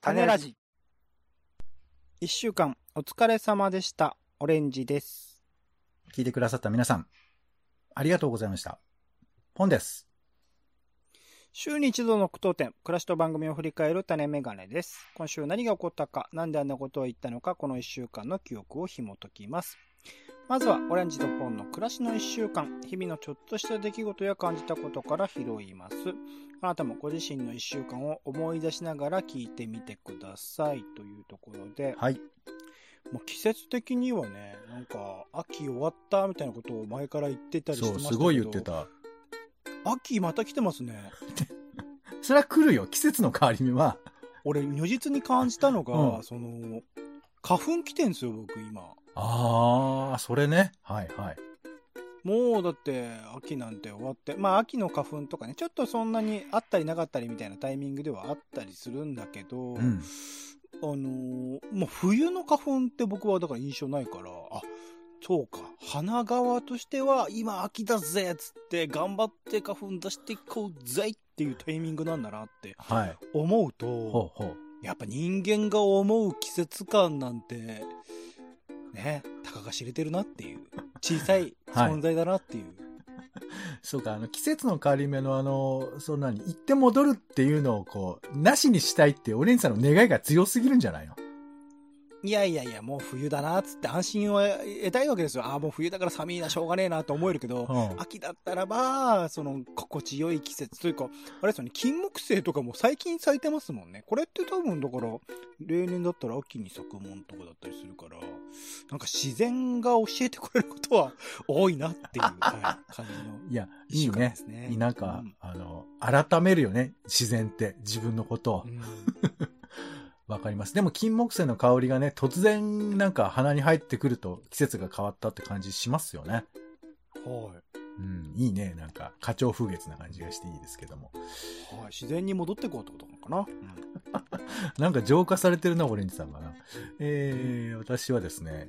種ラジ。一週間お疲れ様でした。オレンジです。 聞いてくださった皆さん、ありがとうございました。ポンです。 週に一度の句読点、暮らしと番組を振り返る種メガネです。今週何が起こったか、なんであんなことを言ったのか、この一週間の記憶を紐解きます。まずはオレンジとポンの暮らしの一週間、日々のちょっとした出来事や感じたことから拾います。あなたもご自身の一週間を思い出しながら聞いてみてくださいというところで、 はい。 もう季節的にはね、なんか秋終わったみたいなことを前から言ってたりしてましたけど、 すごい言ってた。 秋また来てますね。 それは来るよ。季節の変わり目は。 俺如実に感じたのが、 うん、 花粉来てんすよ僕今。 ああ、それね。はいはい。 もうだって秋なんて終わって、まあ秋の花粉とかね、ちょっとそんなにあったりなかったりみたいなタイミングではあったりするんだけど、 うん、 もう冬の花粉って僕はだから印象ないから、あ、そうか、花側としては今秋だぜっつって頑張って花粉出していこうぜっていうタイミングなんだなって思うと、 ほうほう。 やっぱ人間が思う季節感なんてね、たかが知れてるなっていう小さい存在だなっていう、はい、 そうか、季節の変わり目の行って戻るっていうのをこうなしにしたいってオレンジさんの願いが強すぎるんじゃないの？ いやいやいや、もう冬だなっつって安心を得たいわけですよ。ああ、もう冬だから寒いな、しょうがねえなと思えるけど、秋だったらば、心地よい季節というか、あれですよね、金木犀とかも最近咲いてますもんね。これって多分だから、例年だったら秋に咲くもんとかだったりするから、なんか自然が教えてくれることは多いなっていう、はい、感じの。 いや、いいね。なんか、改めるよね、自然って、自分のことを。わかります。でも金木犀の香りがね、突然なんか鼻に入ってくると季節が変わったって感じしますよね。 はい。 うん、いいね。なんか花鳥風月な感じがしていいですけども。 はい。自然に戻ってこうってことなのかな。 うん、なんか浄化されてるな、オレンジさんがな。私はですね、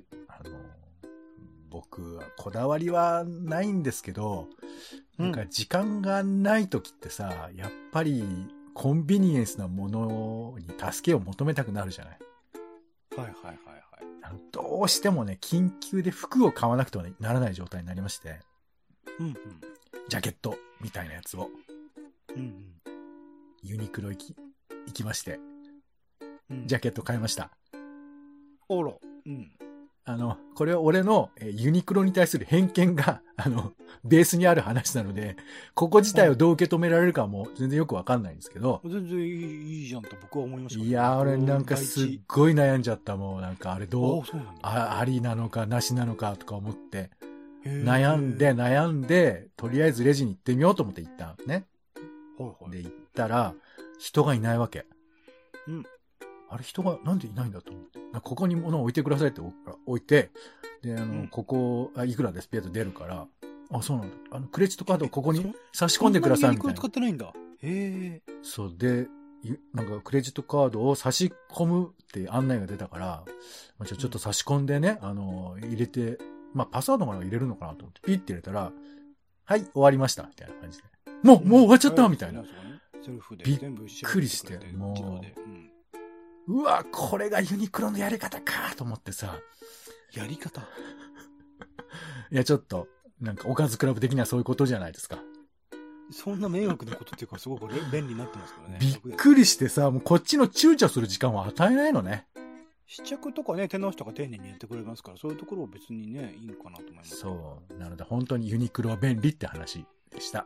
僕はこだわりはないんですけど、なんか時間がない時ってさ、やっぱりコンビニエンスなものに助けを求めたくなるじゃない。 はいはいはいはい。 どうしてもね、緊急で服を買わなくてはならない状態になりまして。 うんうん。 ジャケットみたいなやつを。 うんうん。 ユニクロ行きまして。 うん、 ジャケット買いました。 おろ。うん。 これは俺のユニクロに対する偏見が、ベースにある話なので、ここ自体をどう受け止められるかはもう全然よくわかんないんですけど。 全然いいじゃんと僕は思いました、ね。 いやー、俺なんかすっごい悩んじゃった。もうなんかあれありなのかなしなのかとか思って。悩んで、とりあえずレジに行ってみようと思って行ったのね。 はいはい。 で、行ったら、人がいないわけ。 うん。 あれ、人がなんでいないんだと思って。ここに物を置いてくださいって置いて、で、ここ、いくらですピアと出るから、あ、そうなんだ。クレジットカードをここに差し込んでくださいみたいな。 使ってないんだ。へえ。 そうで、なんかクレジットカードを差し込むって案内が出たから、じゃあちょっと差し込んでね、入れて、まあ、パスワードまで入れるのかなと思って、ピッて入れたら、はい、終わりました、みたいな感じで。もう終わっちゃったみたいな。びっくりして、もう、うわ、これがユニクロのやり方かと思ってさ。 やり方いや、ちょっと、なんか、おかずクラブ的にはそういうことじゃないですか。 そんな迷惑なことっていうか、すごく便利になってますからね。 びっくりしてさ、もうこっちの躊躇する時間は与えないのね。 試着とかね、手直しとか丁寧にやってくれますから、そういうところは別にね、いいのかなと思います。 そう。なので、本当にユニクロは便利って話でした。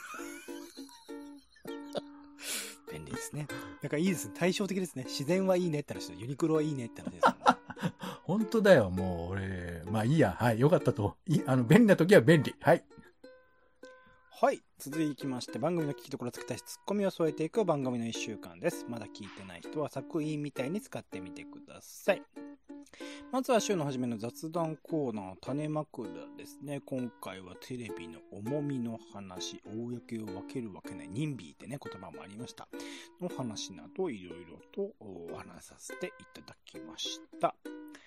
便利ですね。なんかいいですね。対照的ですね。自然はいいねって話と、ユニクロはいいねって話です、ね。 本当だよ、もう俺。まあいいや。はい、よかったと。便利な時は便利。はい。 はい。続いてまして、番組の聞きどころをつけたし、ツッコミを添えていく番組の1週間です。まだ聞いてない人は作品みたいに使ってみてください。まずは週の初めの雑談コーナー、種枕ですね。今回はテレビの重みの話、公を分けるわけない、ニンビーってね、言葉もありました。の話などいろいろとお話しさせていただきました。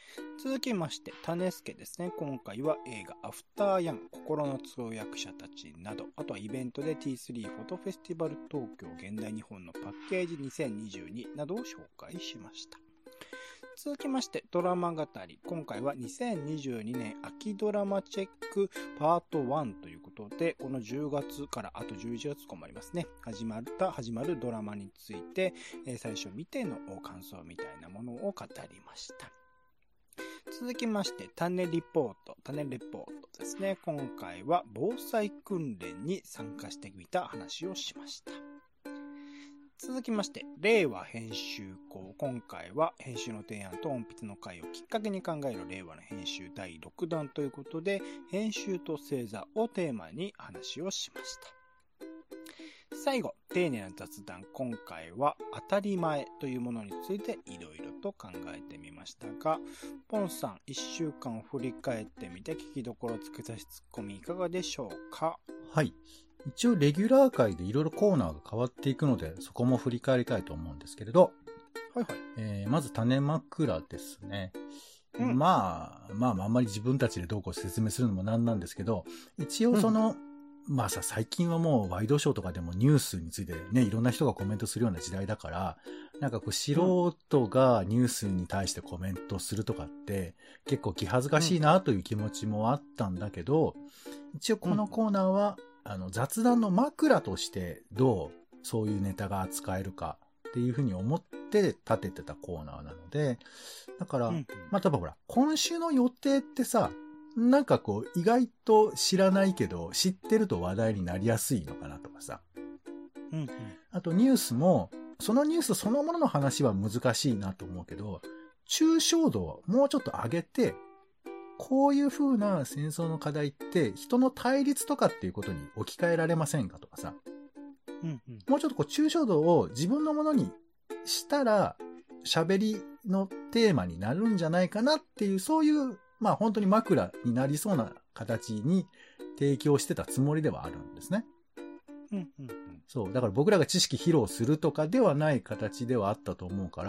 続きまして、種助ですね。今回は映画アフターヤン、心の通訳者たちなど、あとはイベントで T3 フォトフェスティバル東京現代日本のパッケージ2022などを紹介しました。続きまして、ドラマ語り。今回は2022年秋ドラマチェックパート1ということで、この10月からあと11月もありますね。始まるドラマについて、最初見ての感想みたいなものを語りました。続きまして、種レポートですね。今回は防災訓練に参加してみた話をしました。続きまして、令和編集校。今回は編集の提案と音筆の会をきっかけに考える令和の編集第6弾ということで、編集と星座をテーマに話をしました。最後、丁寧な雑談。今回は当たり前というものについていろいろと考えてみましたが、ポンさん、1週間を振り返ってみて聞きどころつけさしツッコミいかがでしょうか？ はい。一応レギュラー回でいろいろコーナーが変わっていくので、そこも振り返りたいと思うんですけれど、 はいはい。 まず種枕ですね。まあ、あんまり自分たちでどうこう説明するのもなんなんですけど、一応最近はもうワイドショーとかでもニュースについてね、いろんな人がコメントするような時代だから、なんか素人がニュースに対してコメントするとかって、結構気恥ずかしいなという気持ちもあったんだけど、一応このコーナーは、雑談の枕としてどうそういうネタが扱えるかっていうふうに思って立ててたコーナーなので、だから、例えばほら、今週の予定ってさ、なんか意外と知らないけど、知ってると話題になりやすいのかなとかさ。あとニュースも、そのニュースそのものの話は難しいなと思うけど、抽象度をもうちょっと上げて、こういう風な戦争の課題って人の対立とかっていうことに置き換えられませんかとかさ。もうちょっと抽象度を自分のものにしたら喋りのテーマになるんじゃないかなっていう、そういう本当に枕になりそうな形に提供してたつもりではあるんですね。そう。だから僕らが知識披露するとかではない形ではあったと思うから、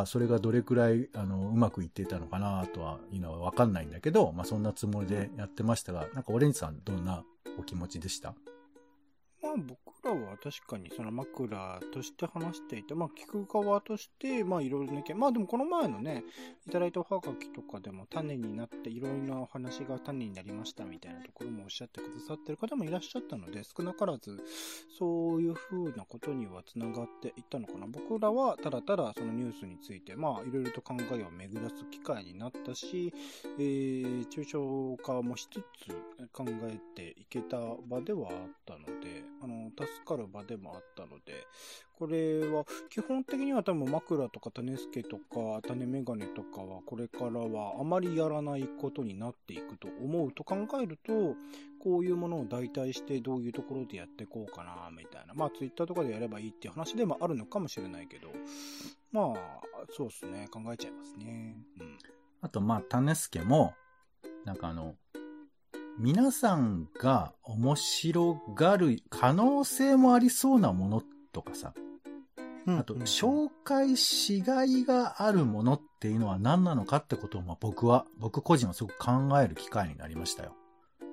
それがどれくらい、うまくいっていたのかなとは、いうのはわかんないんだけど、そんなつもりでやってましたが、なんかオレンジさんどんなお気持ちでした？ 僕らは確かにその枕として話していて、聞く側として、いろいろな意見。でもこの前のね、いただいたおはがきとかでも種になって、いろいろなお話が種になりましたみたいなところもおっしゃってくださってる方もいらっしゃったので、少なからず、そういう風なことにはつながっていったのかな。僕らはただただそのニュースについて、いろいろと考えを巡らす機会になったし、抽象化もしつつ考えていけた場ではあったので、助かる場でもあったので、これは基本的には多分枕とか種助とか種メガネとかはこれからはあまりやらないことになっていくと思うと考えると、こういうものを代替してどういうところでやっていこうかなみたいな、ツイッターとかでやればいいっていう話でもあるのかもしれないけど、そうですね、考えちゃいますね。 あと種助もなんか皆さんが面白がる可能性もありそうなものとかさ、あと紹介しがいがあるものっていうのは何なのかってことを僕個人はすごく考える機会になりましたよ。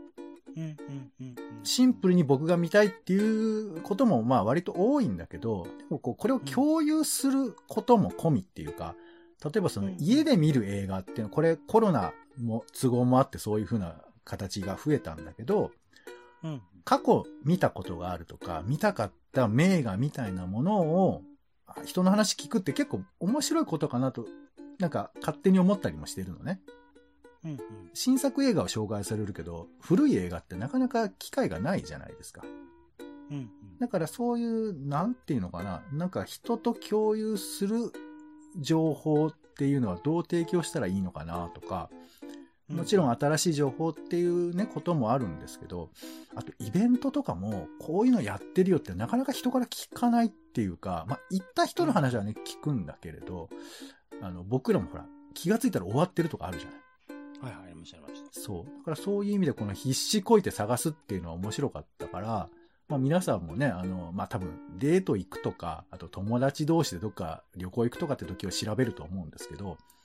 シンプルに僕が見たいっていうことも割と多いんだけど、でもこれを共有することも込みっていうか、例えばその家で見る映画っていうのはこれコロナも都合もあってそういう風な形が増えたんだけど、過去見たことがあるとか見たかった名画みたいなものを人の話聞くって結構面白いことかなとなんか勝手に思ったりもしてるのね。新作映画を紹介されるけど古い映画ってなかなか機会がないじゃないですか。だからそういうなんていうのかな、なんか人と共有する情報っていうのはどう提供したらいいのかなとか、もちろん新しい情報っていうね、こともあるんですけど、あとイベントとかもこういうのやってるよってなかなか人から聞かないっていうか、行った人の話はね、聞くんだけれど、僕らもほら、気がついたら終わってるとかあるじゃない。 ありました。 そう。だからそういう意味でこの必死こいて探すっていうのは面白かったから、皆さんもね、多分デート行くとか、あと友達同士でどっか旅行行くとかって時を調べると思うんですけど、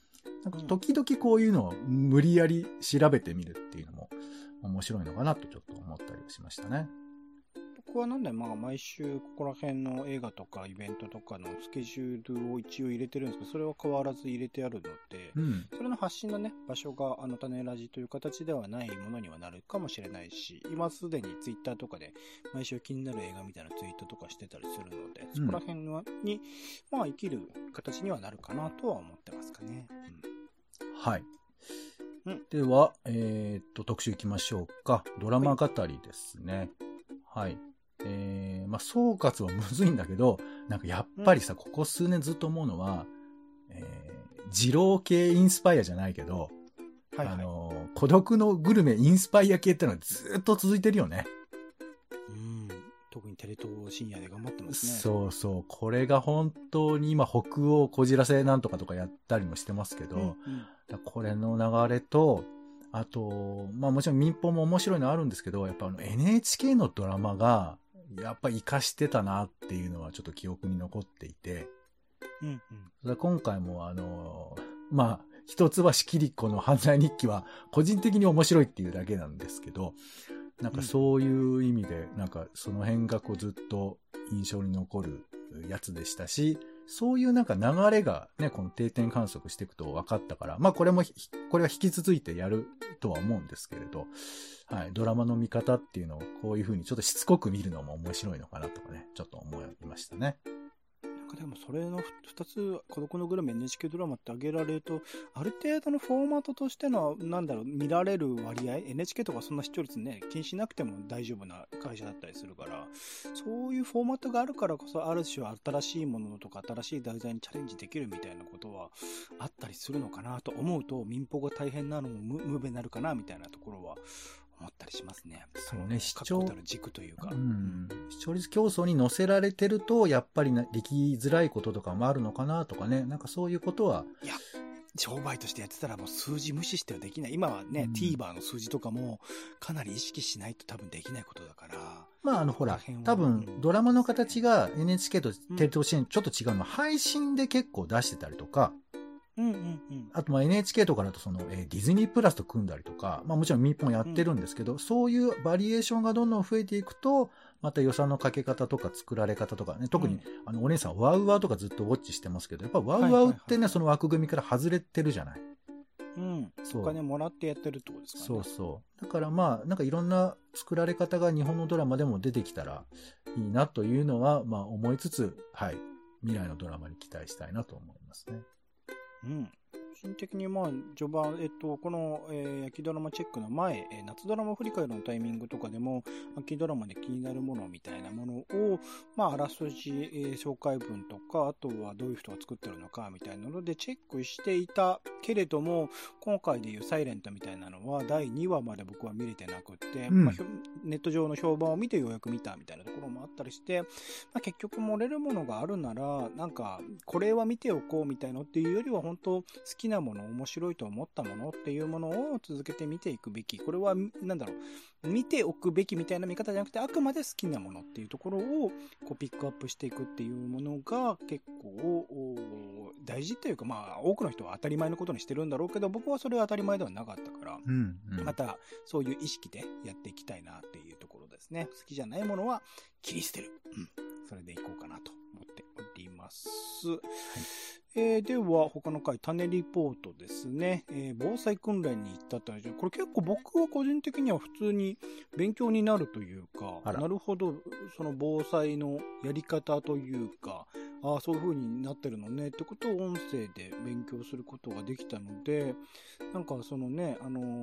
なんか時々こういうのを無理やり調べてみるっていうのも面白いのかなとちょっと思ったりしましたね。 僕はなんで毎週ここら辺の映画とかイベントとかのスケジュールを一応入れてるんですけど、それは変わらず入れてあるので、それの発信のね、場所が種ラジという形ではないものにはなるかもしれないし、今すでにツイッターとかで毎週気になる映画みたいなツイートとかしてたりするので、そこら辺に、生きる形にはなるかなとは思ってますかね。 はい。では、特集行きましょうか。ドラマ語りですね。はい。総括はむずいんだけど、なんかやっぱりさ、ここ数年ずっと思うのは、二郎系インスパイアじゃないけど、孤独のグルメインスパイア系ってのはずっと続いてるよね。 特にテレ東深夜で頑張ってますね。 そうそう。これが本当に今北欧こじらせなんとかとかやったりもしてますけど、これの流れと、あと、もちろん民放も面白いのあるんですけど、やっぱNHK のドラマが、やっぱ活かしてたなっていうのはちょっと記憶に残っていて、今回も一橋桐子の犯罪日記は個人的に面白いっていうだけなんですけど、なんかそういう意味で、なんかその辺がこうずっと印象に残るやつでしたし、そういうなんか流れがね、この定点観測していくと分かったから、これは引き続いてやるとは思うんですけれど、はい、ドラマの見方っていうのをこういう風にちょっとしつこく見るのも面白いのかなとかね、ちょっと思いましたね。 でもそれの2つ、孤独のグルメ NHK ドラマって挙げられると、ある程度のフォーマットとしての、見られる割合、NHK とかそんな視聴率ね、気にしなくても大丈夫な会社だったりするから、そういうフォーマットがあるからこそ、ある種新しいものとか新しい題材にチャレンジできるみたいなことはあったりするのかなと思うと、民放が大変なのも無べになるかなみたいなところは、思ったりしますね。 そうね、 確固たる軸というか。 視聴率競争に乗せられてると、やっぱりできづらいこととかもあるのかなとかね、なんかそういうことは。 いや、商売としてやってたらもう数字無視してはできない。今はね、TVer の数字とかもかなり意識しないと多分できないことだから。 ほら、多分ドラマの形が NHK とテレ東支援ちょっと違うのは、配信で結構出してたりとか、あとNHK とかだとディズニープラスと組んだりとか、もちろん民放もやってるんですけど、そういうバリエーションがどんどん増えていくと、また予算のかけ方とか作られ方とかね、特にお姉さんワウワウとかずっとウォッチしてますけど、やっぱワウワウってね、その枠組みから外れてるじゃない。 お金もらってやってるってことですかね。 そうそう。だからなんかいろんな作られ方が日本のドラマでも出てきたらいいなというのは、思いつつ、はい、未来のドラマに期待したいなと思いますね。 個人的に序盤、この、秋ドラマチェックの前、夏ドラマ振り返りのタイミングとかでも、秋ドラマで気になるものみたいなものを、あらすじ、紹介文とか、あとはどういう人が作ってるのかみたいなのでチェックしていたけれども、今回でいうサイレントみたいなのは第2話まで僕は見れてなくって、ネット上の評判を見てようやく見たみたいなところもあったりして、結局漏れるものがあるなら、なんか、これは見ておこうみたいなっていうよりは、本当好きなもの、面白いと思ったものっていうものを続けて見ていくべき。これは、見ておくべきみたいな見方じゃなくて、あくまで好きなものっていうところをピックアップしていくっていうものが結構大事というか、多くの人は当たり前のことにしてるんだろうけど、僕はそれは当たり前ではなかったから、またそういう意識でやっていきたいなっていうところですね。好きじゃないものは切り捨てる。それでいこうかなと思っております。では、他の回、種リポートですね。防災訓練に行ったって話。これ結構僕は個人的には普通に勉強になるというか、なるほど、その防災のやり方というか、そういう風になってるのねってことを音声で勉強することができたので、なんかそのね、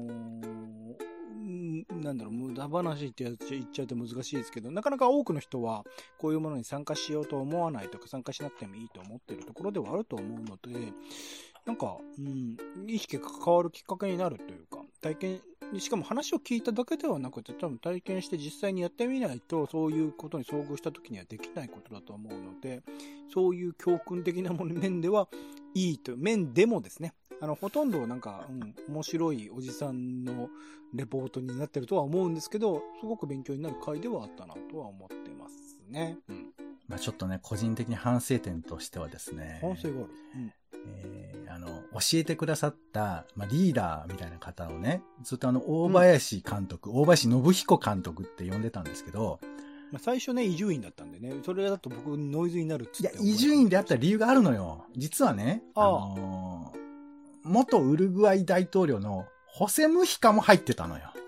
無駄話って言っちゃうと難しいですけど、なかなか多くの人はこういうものに参加しようと思わないとか、参加しなくてもいいと思ってるところではあると思うので、なんか、意識が変わるきっかけになるというか、体験、しかも話を聞いただけではなくて、多分体験して実際にやってみないと、そういうことに遭遇した時にはできないことだと思うので、そういう教訓的な面ではいいと、面でもですね、ほとんどなんか、面白いおじさんのレポートになってるとは思うんですけど、すごく勉強になる回ではあったなとは思ってますね。 ちょっとね、個人的に反省点としてはですね。 反省がある。 教えてくださった、まあ、リーダーみたいな方をね、ずっと大林監督、大林信彦監督って呼んでたんですけど、 まあ、最初ね、伊集院だったんでね、それだと僕ノイズになるっつって。 いや、伊集院であった理由があるのよ。実はね、元ウルグアイ大統領のホセ・ムヒカも入ってたのよ。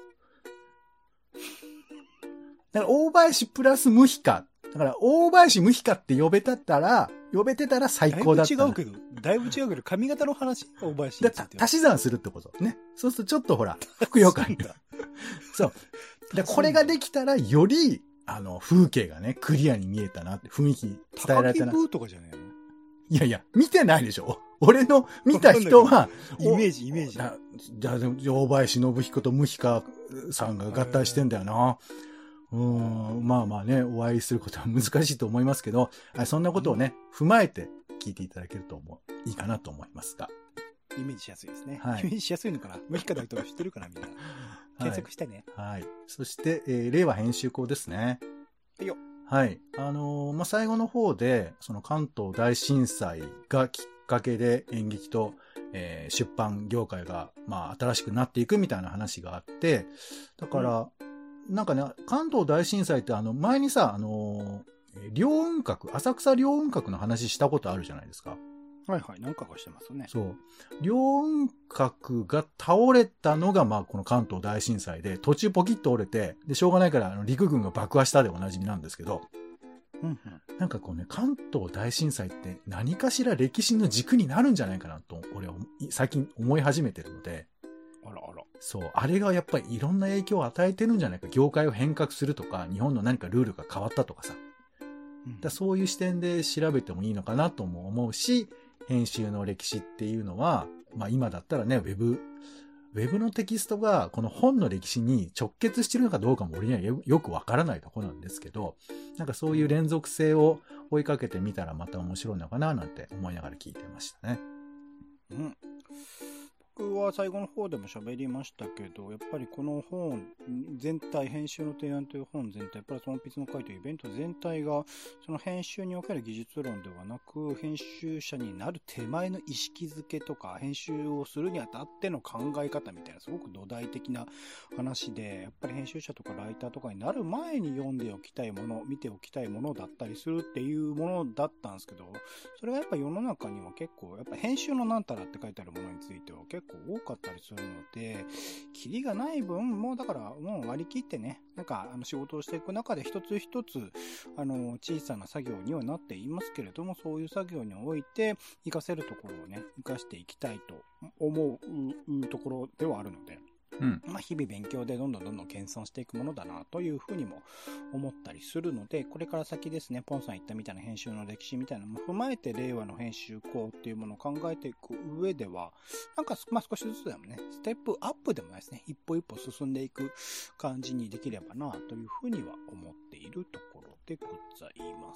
だから大林プラスムヒカ。だから大林ムヒカって呼べてたら最高だった。 だいぶ違うけど、髪型の話、大林について足し算するってこと。ね。そうするとちょっとほら、ふくよかに。そう。これができたらより、風景がね、クリアに見えたなって、雰囲気伝えられたな。 高木ブーとかじゃないの？ いやいや、見てないでしょ？俺の見た人は、 イメージ。 じゃあ、大林信彦とムヒカさんが合体してんだよな。まあまあね、お会いすることは難しいと思いますけど、そんなことをね、踏まえて聞いていただけるといいかなと思いますが。 イメージしやすいですね。 はい、 イメージしやすいのかな？ムヒカ大統領知ってるかなみんな。検索してね。 はい。そして、令和編集校ですね。 はいよ。 はい。まあ、最後の方で、その関東大震災がきっかけで演劇と、出版業界が、まあ、新しくなっていくみたいな話があって、だから、なんかね、関東大震災って前にさ、凌雲閣、浅草凌雲閣の話したことあるじゃないですか。 はいはい、何回かしてますね。 そう。凌雲閣が倒れたのが、まあ、この関東大震災で、途中ポキッと折れて、で、しょうがないから、陸軍が爆破したでおなじみなんですけど、なんかこうね、関東大震災って何かしら歴史の軸になるんじゃないかなと、俺は最近思い始めてるので、そう、あれがやっぱりいろんな影響を与えてるんじゃないか。業界を変革するとか、日本の何かルールが変わったとかさ。だそういう視点で調べてもいいのかなとも思うし、編集の歴史っていうのは、まあ今だったらね、ウェブのテキストがこの本の歴史に直結してるのかどうかも俺にはよくわからないところなんですけど、なんかそういう連続性を追いかけてみたらまた面白いのかななんて思いながら聞いてましたね。 うん。僕は最後の方でも喋りましたけど、やっぱりこの本全体、編集の提案という本全体、プラスワンピースの会というイベント全体が、その編集における技術論ではなく、編集者になる手前の意識づけとか、編集をするにあたっての考え方みたいな、すごく土台的な話で、やっぱり編集者とかライターとかになる前に読んでおきたいもの、見ておきたいものだったりするっていうものだったんですけど、それがやっぱ世の中には結構、やっぱ編集のなんたらって書いてあるものについては結構多かったりするので、キリがない分、もうだからもう割り切ってね、なんか仕事をしていく中で一つ一つ小さな作業にはなっていますけれども、そういう作業において活かせるところをね、活かしていきたいと思うところではあるので、まあ日々勉強でどんどん謙遜していくものだなというふうにも思ったりするので、これから先ですね、ポンさん言ったみたいな編集の歴史みたいなのも踏まえて令和の編集校っていうものを考えていく上では、なんかまあ少しずつでもね、ステップアップでもないですね、一歩一歩進んでいく感じにできればなというふうには思っているところでございます。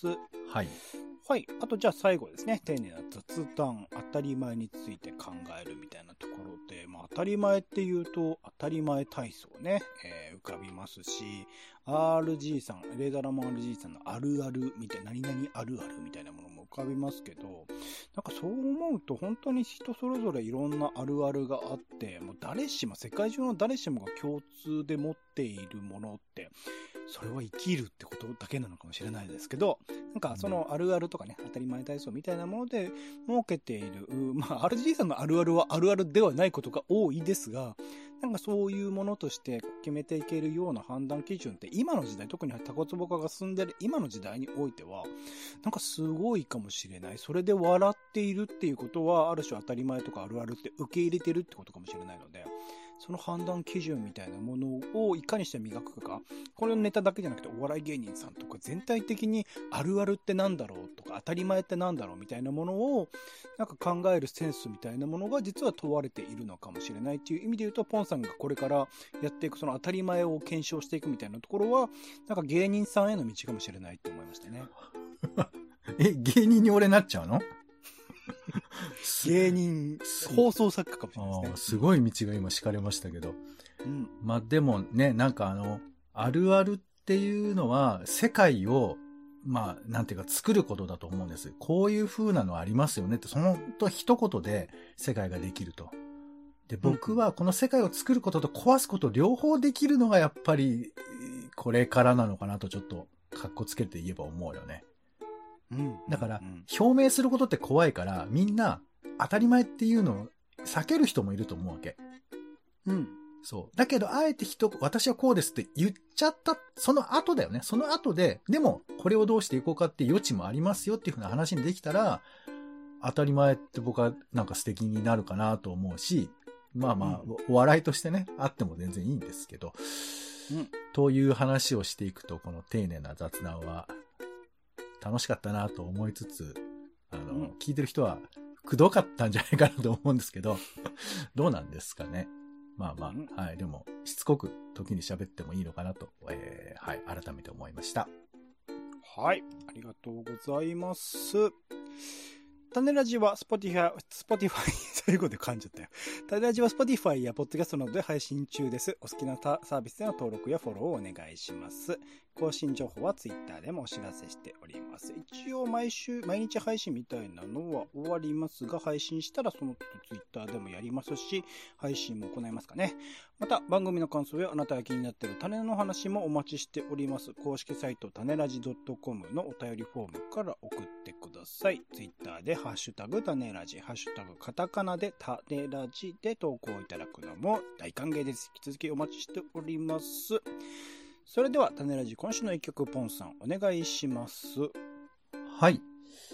はい。 はい。あとじゃあ最後ですね、丁寧な雑談、当たり前について考えるみたいなところで、まあ当たり前っていうと、当たり前体操ね、浮かびますし、RG さん、レーダーラモン RG さんのあるあるみたいな、何々あるあるみたいなものも浮かびますけど、なんかそう思うと本当に人それぞれいろんなあるあるがあって、もう誰しも、世界中の誰しもが共通で持っているものって、それは生きるってことだけなのかもしれないですけど、なんかそのあるあるとかね、当たり前体操みたいなもので設けている、まあ RG さんのあるあるはあるあるではないことが多いですが、なんかそういうものとして決めていけるような判断基準って今の時代、特にタコツボ化が進んでる今の時代においては、なんかすごいかもしれない。それで笑っているっていうことは、ある種当たり前とかあるあるって受け入れてるってことかもしれないので、その判断基準みたいなものをいかにして磨くか。これのネタだけじゃなくてお笑い芸人さんとか全体的にあるあるってなんだろうとか当たり前ってなんだろうみたいなものをなんか考えるセンスみたいなものが実は問われているのかもしれないっていう意味で言うと、ポンさんがこれからやっていくその当たり前を検証していくみたいなところはなんか芸人さんへの道かもしれないと思いましたね。 芸人に俺なっちゃうの？ 芸人、放送作家かもしれないですね。 すごい道が今敷かれましたけど。まあでもね、なんかあるあるっていうのは世界を、 まあ、なんていうか作ることだと思うんです。こういう風なのありますよねって、そのと一言で世界ができると。で、僕はこの世界を作ることと壊すこと両方できるのがやっぱりこれからなのかなとちょっとカッコつけて言えば思うよね。だから、表明することって怖いから、みんな当たり前っていうのを避ける人もいると思うわけ。そう。だけど、あえて私はこうですって言っちゃった、その後だよね。その後で、でも、これをどうしていこうかっていう余地もありますよっていう風な話にできたら、当たり前って僕はなんか素敵になるかなと思うし、まあまあ、お笑いとしてね、あっても全然いいんですけど、という話をしていくと、この丁寧な雑談は楽しかったなと思いつつ、聞いてる人はくどかったんじゃないかなと思うんですけど、どうなんですかね。まあまあ、はい。でも、しつこく時に喋ってもいいのかなと、はい、改めて思いました。 はい。ありがとうございます。種ラジはSpotify 最後で噛んじゃったよ。種ラジは Spotify や Podcast などで配信中です。お好きなサービスでの登録やフォローをお願いします。更新情報は Twitter でもお知らせしております。一応毎日配信みたいなのは終わりますが、配信したらその都度 Twitter でもやりますし、配信も行いますかね。また、番組の感想やあなたが気になっている種の話もお待ちしております。公式サイト種ラジ .com のお便りフォームから送ってください。Twitter でハッシュタグ種ラジ、ハッシュタグカタカナで種ラジで投稿いただくのも大歓迎です。引き続きお待ちしております。それでは種ラジ今週の一曲ポンさんお願いします。 はい。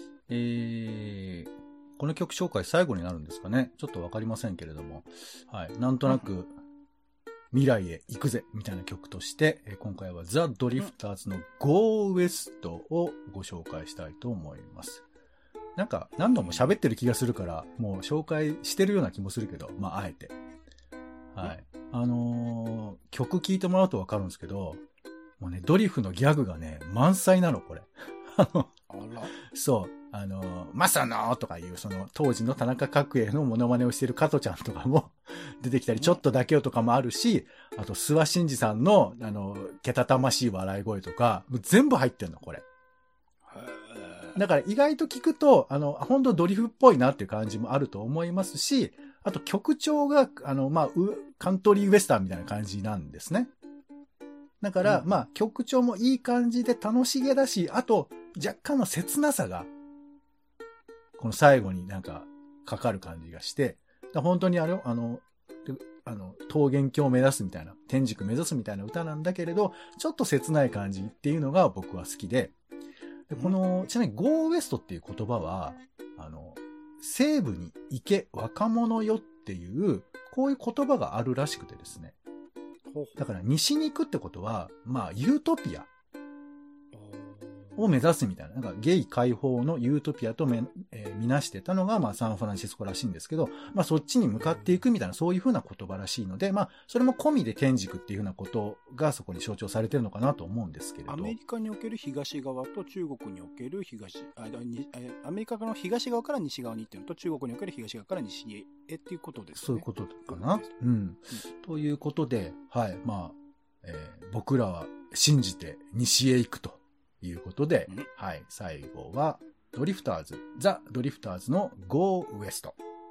この曲紹介最後になるんですかね。ちょっとわかりませんけれども。はい。なんとなく、未来へ行くぜみたいな曲として、今回はザ・ドリフターズの Go West をご紹介したいと思います。なんか何度も喋ってる気がするから、もう紹介してるような気もするけど、まああえて。はい。曲聴いてもらうとわかるんですけど、もうね、ドリフのギャグがね、満載なの、これ。そう。マサノとかいう、その、当時の田中角栄のモノマネをしている加トちゃんとかも出てきたり、ちょっとだけよとかもあるし、あと、諏訪真二さんの、けたたましい笑い声とか、もう全部入ってんの、これ。だから意外と聞くと、本当ドリフっぽいなっていう感じもあると思いますし、あと曲調が、カントリーウエスタンみたいな感じなんですね。だから、曲調もいい感じで楽しげだし、あと、若干の切なさが、この最後になんか、かかる感じがして、本当に桃源郷を目指すみたいな、天竺目指すみたいな歌なんだけれど、ちょっと切ない感じっていうのが僕は好きで、この、ちなみに Go West っていう言葉は、西部に行け若者よっていう、こういう言葉があるらしくてですね。だから西に行くってことは、ユートピアを目指すみたいな、なんかゲイ解放のユートピアとみなしてたのが、サンフランシスコらしいんですけど、そっちに向かっていくみたいな、そういう風な言葉らしいので、それも込みで天竺っていう風なことがそこに象徴されてるのかなと思うんですけれど。 アメリカにおける東側と中国におけるアメリカの東側から西側に行ってるのと、中国における東側から西へっていうことですね。 そういうことかな。ということで、はい、僕らは信じて西へ行くと。いうことで、はい、最後はドリフターズ、ザ・ドリフターズの Go West。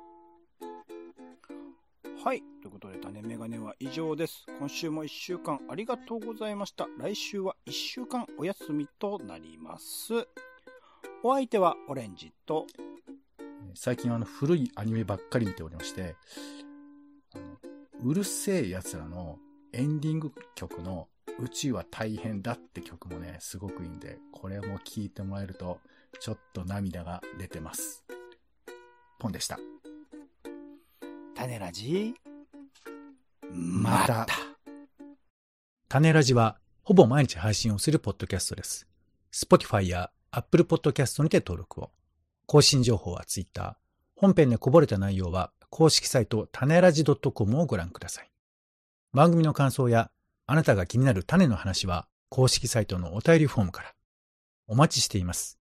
はい、ということで種メガネは以上です。今週も1週間ありがとうございました。来週は1週間お休みとなります。お相手はオレンジと、 最近古いアニメばっかり見ておりまして、うるせえ奴らのエンディング曲の宇宙は大変だって曲もね、すごくいいんで、これも聴いてもらえると、ちょっと涙が出てます。ポンでした。 種ラジまた。種ラジは、ほぼ毎日配信をするポッドキャストです。Spotify や Apple Podcast にて登録を。更新情報は Twitter。本編でこぼれた内容は、公式サイト種ラジ .com をご覧ください。番組の感想や、あなたが気になる種の話は公式サイトのお便りフォームからお待ちしています。